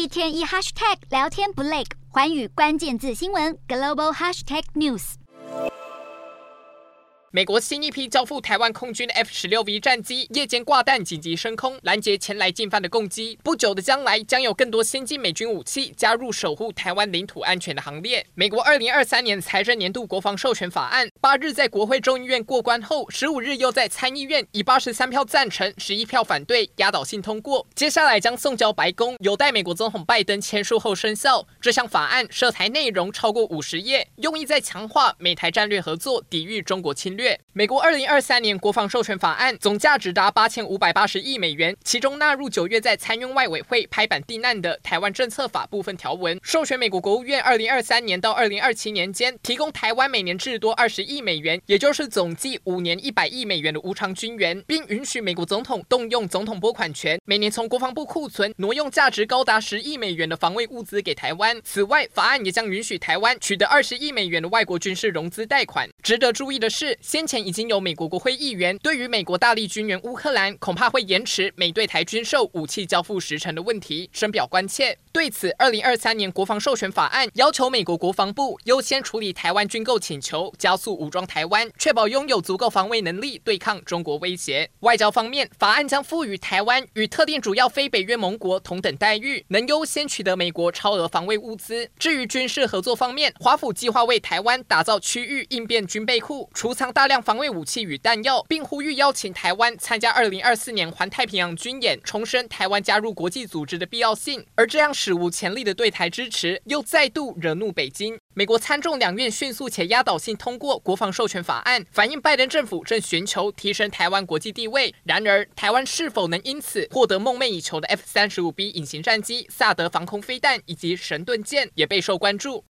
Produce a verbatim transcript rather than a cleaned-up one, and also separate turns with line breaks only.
一天一 hashtag 聊天不累，寰宇关键字新闻 global hashtag news。
美国新一批交付台湾空军的 F 十六 V 战机夜间挂弹紧急升空，拦截前来进犯的攻击。不久的将来，将有更多先进美军武器加入守护台湾领土安全的行列。美国二零二三年财政年度国防授权法案八日在国会众议院过关后，十五日又在参议院以八十三票赞成、十一票反对压倒性通过。接下来将送交白宫，有待美国总统拜登签署后生效。这项法案涉台内容超过五十页，用意在强化美台战略合作，抵御中国侵略。美国二零二三年国防授权法案总价值达八千五百八十亿美元，其中纳入九月在参院外委会拍板定案的台湾政策法部分条文，授权美国国务院二零二三年到二零二七年间提供台湾每年至多二十亿美元，也就是总计五年一百亿美元的无偿军援，并允许美国总统动用总统拨款权，每年从国防部库存挪用价值高达十亿美元的防卫物资给台湾。此外，法案也将允许台湾取得二十亿美元的外国军事融资贷款。值得注意的是，先前已经有美国国会议员对于美国大力军援乌克兰恐怕会延迟美对台军售武器交付时程的问题深表关切。对此，二零二三年国防授权法案要求美国国防部优先处理台湾军购请求，加速武装台湾，确保拥有足够防卫能力对抗中国威胁。外交方面，法案将赋予台湾与特定主要非北约盟国同等待遇，能优先取得美国超额防卫物资。至于军事合作方面，华府计划为台湾打造区域应变军备库，储藏大量防卫武器与弹药，并呼吁邀请台湾参加二零二四年环太平洋军演，重申台湾加入国际组织的必要性。而这样史无前例的对台支持，又再度惹怒北京。美国参众两院迅速且压倒性通过国防授权法案，反映拜登政府正寻求提升台湾国际地位。然而，台湾是否能因此获得梦寐以求的 F 三十五 B 隐形战机、萨德防空飞弹以及神盾舰，也备受关注。